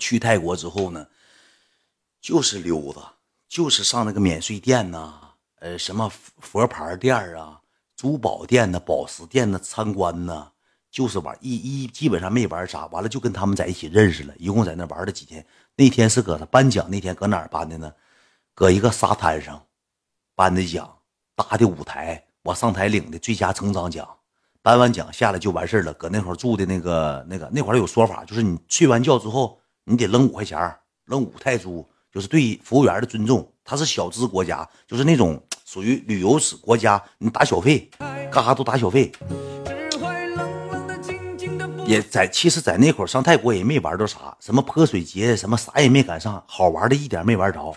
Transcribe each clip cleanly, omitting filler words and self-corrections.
去泰国之后呢，就是溜达，就是上那个免税店呐，什么佛牌店啊、珠宝店呐、宝石店呐参观呐，就是玩基本上没玩啥，完了就跟他们在一起认识了，一共在那玩了几天。那天是搁他颁奖那天，搁哪儿颁的呢？搁一个沙滩上颁的奖，搭的舞台，我上台领的最佳成长奖。颁完奖下来就完事了，搁那会儿住的那会儿有说法，就是你睡完觉之后，你得扔5块钱，扔5泰铢，就是对服务员的尊重。他是小资国家，就是那种属于旅游国家，你打小费，干啥都打小费。其实在那会儿上泰国也没玩到啥，什么泼水节什么啥也没赶上，好玩的一点没玩着，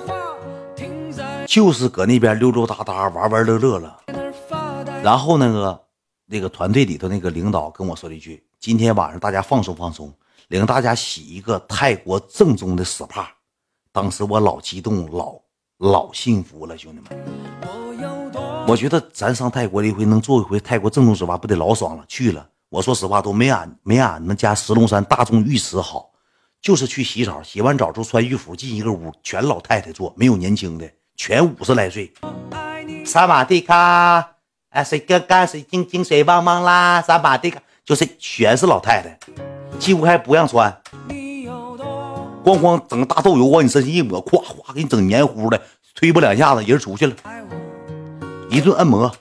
就是搁那边溜溜达达玩玩乐乐了。然后那个团队里头那个领导跟我说了一句，今天晚上大家放松放松，领大家洗一个泰国正宗的 SPA。 当时我老激动，老幸福了，兄弟们。我觉得咱上泰国的一回能做一回泰国正宗 SPA 不得老爽了。去了，我说实话都没俺们家石龙山大众浴池好，就是去洗澡，洗完澡之后穿浴服进一个屋，全老太太坐，没有年轻的，全50来岁。萨瓦迪卡，谁干干谁静静谁汪汪啦，萨瓦迪卡，就是全是老太太，几乎还不让穿，咣整个大豆油往你身上一抹，咵咵给你整黏糊的，推不2下子人出去了，一顿按摩。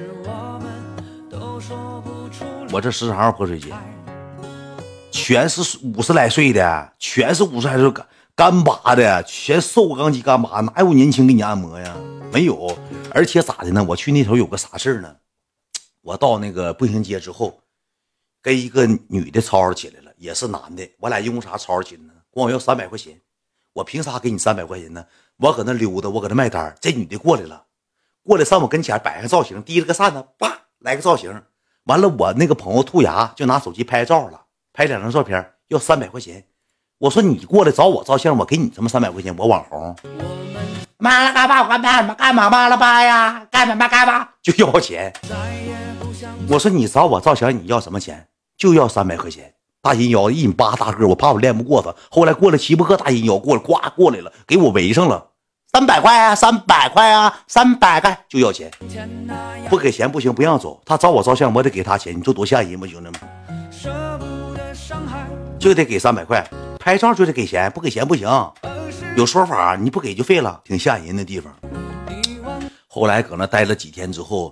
我这13号泼水节全是50来岁的，全是50来岁干巴的，全瘦钢筋干巴，哪有年轻给你按摩呀？没有。而且咋的呢，我去那头有个啥事呢，我到那个步行街之后跟一个女的吵吵起来了，也是男的，我俩因为啥吵吵起来呢？管我要300块钱，我凭啥给你300块钱呢？我搁那溜达，我搁那卖单，这女的过来了，过来上我跟前摆个造型，提了个扇子，叭来个造型，完了我那个朋友兔牙就拿手机拍照了，拍2张照片，要300块钱。我说你过来找我照相，我给你这么300块钱，我网红。妈了干嘛？我干嘛妈了吧呀？干嘛就要钱。我说你找我照相，你要什么钱？就要300块钱。大人妖1米8大个，我怕我练不过他。后来过来7、8个大人妖过来，呱过来了，给我围上了。300块啊，300块啊，300块就要钱，不给钱不行，不让走。他找我照相，我得给他钱，你说多吓人吗，兄弟们？就得给300块，拍照就得给钱，不给钱不行。有说法，你不给就废了，挺吓人的地方。后来搁那待了几天之后，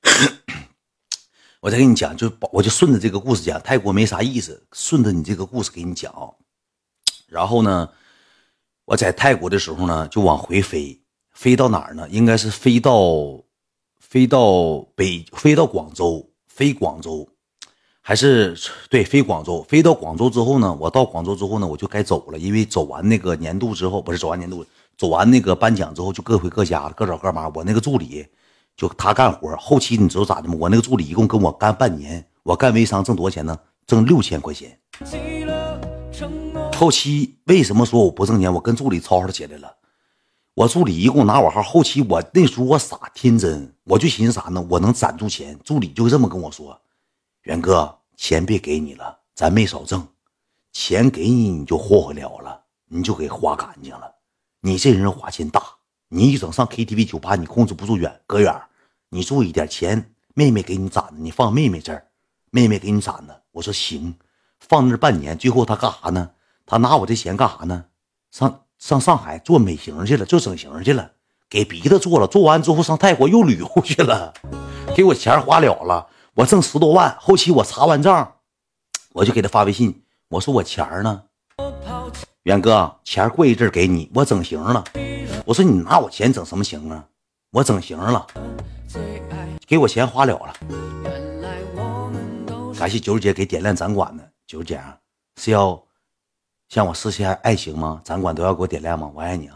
我再跟你讲，我就顺着这个故事讲，泰国没啥意思，顺着你这个故事给你讲。然后呢，我在泰国的时候呢，就往回飞到哪儿呢？应该是飞到广州，飞广州。还是对，飞广州，飞到广州之后呢，我到广州之后呢，我就该走了，因为走完那个年度之后，不是走完年度，走完那个颁奖之后，就各回各家了，各找各妈。我那个助理就他干活，后期你知道咋的吗？我那个助理一共跟我干半年，我干微商挣多少钱呢？挣6000块钱。后期为什么说我不挣钱？我跟助理吵吵起来了。我助理一共拿我号，后期我那时候我傻天真，我就寻思啥呢？我能攒住钱。助理就这么跟我说。元哥，钱别给你了，咱没少挣，钱给你你就霍霍了了，你就给花干净了。你这人花钱大，你一整上 KTV 酒吧，你控制不住隔远，你注意点，钱妹妹给你攒的，你放妹妹这儿，妹妹给你攒的。我说行，放那半年，最后他干啥呢？他拿我这钱干啥呢？上上海做美型去了，做整形去了，给鼻子做了，做完之后上泰国又旅游去了，给我钱花了。我挣10多万，后期我查完账，我就给他发微信，我说我钱呢？元哥，钱过一阵给你，我整形了。我说你拿我钱整什么形啊？我整形了，给我钱花了。感谢九儿姐给点亮展馆的，九儿姐是要向我实现爱情吗？展馆都要给我点亮吗？我爱你啊，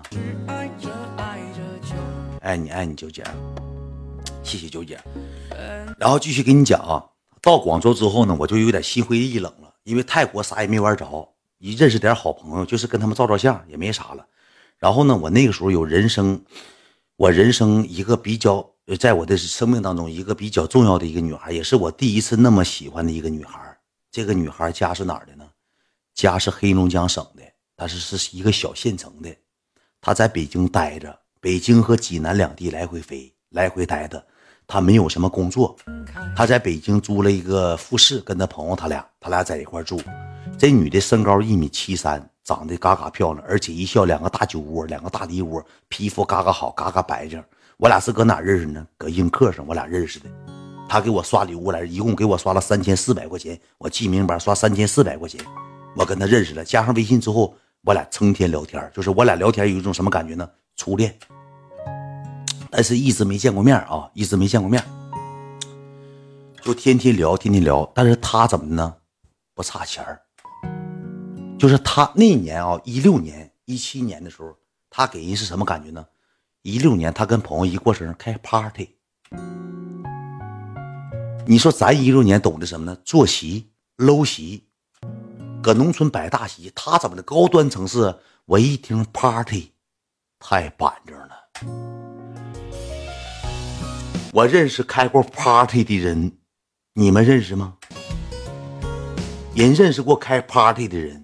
爱你九儿姐，谢谢九儿姐。然后继续跟你讲啊，到广州之后呢，我就有点心灰意冷了，因为泰国啥也没玩着，一认识点好朋友，就是跟他们照照相，也没啥了。然后呢，我那个时候有我人生一个比较，在我的生命当中一个比较重要的一个女孩，也是我第一次那么喜欢的一个女孩。这个女孩家是哪儿的呢？家是黑龙江省的， 但是是一个小县城的。他在北京待着，北京和济南两地来回飞，来回待的。他没有什么工作，他在北京租了一个复式，跟他朋友他俩在一块住。这女的身高1.73米，长得嘎嘎漂亮，而且一笑两个大酒窝，两个大梨窝，皮肤嘎嘎好，嘎嘎白净。我俩是搁哪认识呢？搁映客上我俩认识的。他给我刷礼物来，一共给我刷了3400块钱，我记明白刷3400块钱。我跟他认识了，加上微信之后，我俩成天聊天，就是我俩聊天有一种什么感觉呢？初恋。但是一直没见过面啊，一直没见过面，就天天聊，天天聊。但是他怎么呢？不差钱儿，就是他那年啊，16年、17年的时候，他给人是什么感觉呢？16年他跟朋友一过生日开 party， 你说咱16年懂得什么呢？坐席、搂席，搁农村摆大席，他怎么的？高端城市，我一听 party， 太板正了。我认识开过 party 的人，你们认识吗？人认识过开 party 的人，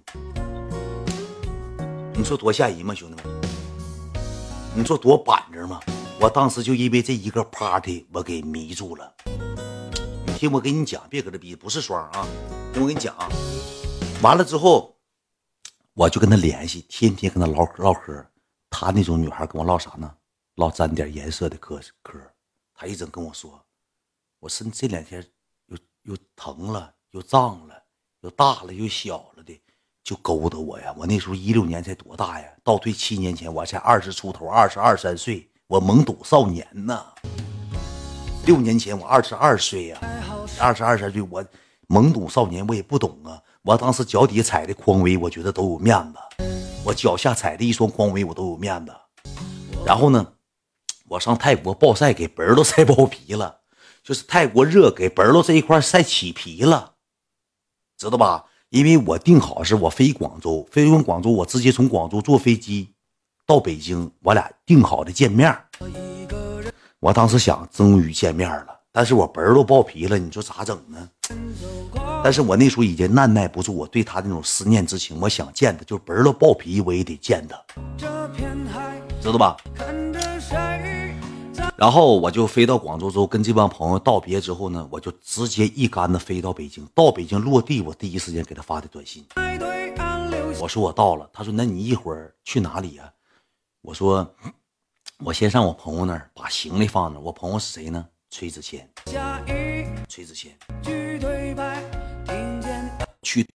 你说多吓人吗，兄弟们？你说多板正吗？我当时就因为这一个 party 我给迷住了。你听我跟你讲，别搁这逼，不是双啊，听我跟你讲啊。完了之后我就跟他联系，天天跟他唠嗑。他那种女孩跟我唠啥呢？唠沾点颜色的嗑。他一整跟我说，我身这2天又疼了，又胀了，又大了又小了的，就勾搭我呀。我那时候16年才多大呀？倒退7年前我才20出头，22、23岁，我懵懂少年呐。6年前我22岁呀，22、23岁我懵懂少年，我也不懂啊。我当时脚底踩的匡威，我觉得都有面子；我脚下踩的一双匡威，我都有面子。然后呢，我上泰国暴晒，给本儿都晒爆皮了，就是泰国热，给本儿都这一块晒起皮了，知道吧？因为我定好是我飞广州，飞完广州，我直接从广州坐飞机到北京，我俩定好的见面。我当时想，终于见面了，但是我本儿都爆皮了，你说咋整呢？但是我那时候已经按耐不住我对他那种思念之情，我想见他，就本儿都爆皮，我也得见他，知道吧？然后我就飞到广州之后，跟这帮朋友道别之后呢，我就直接一竿子飞到北京。到北京落地，我第一时间给他发的短信，我说我到了。他说那你一会儿去哪里啊？我说我先上我朋友那儿把行李放那。我朋友是谁呢？崔子谦。崔子谦去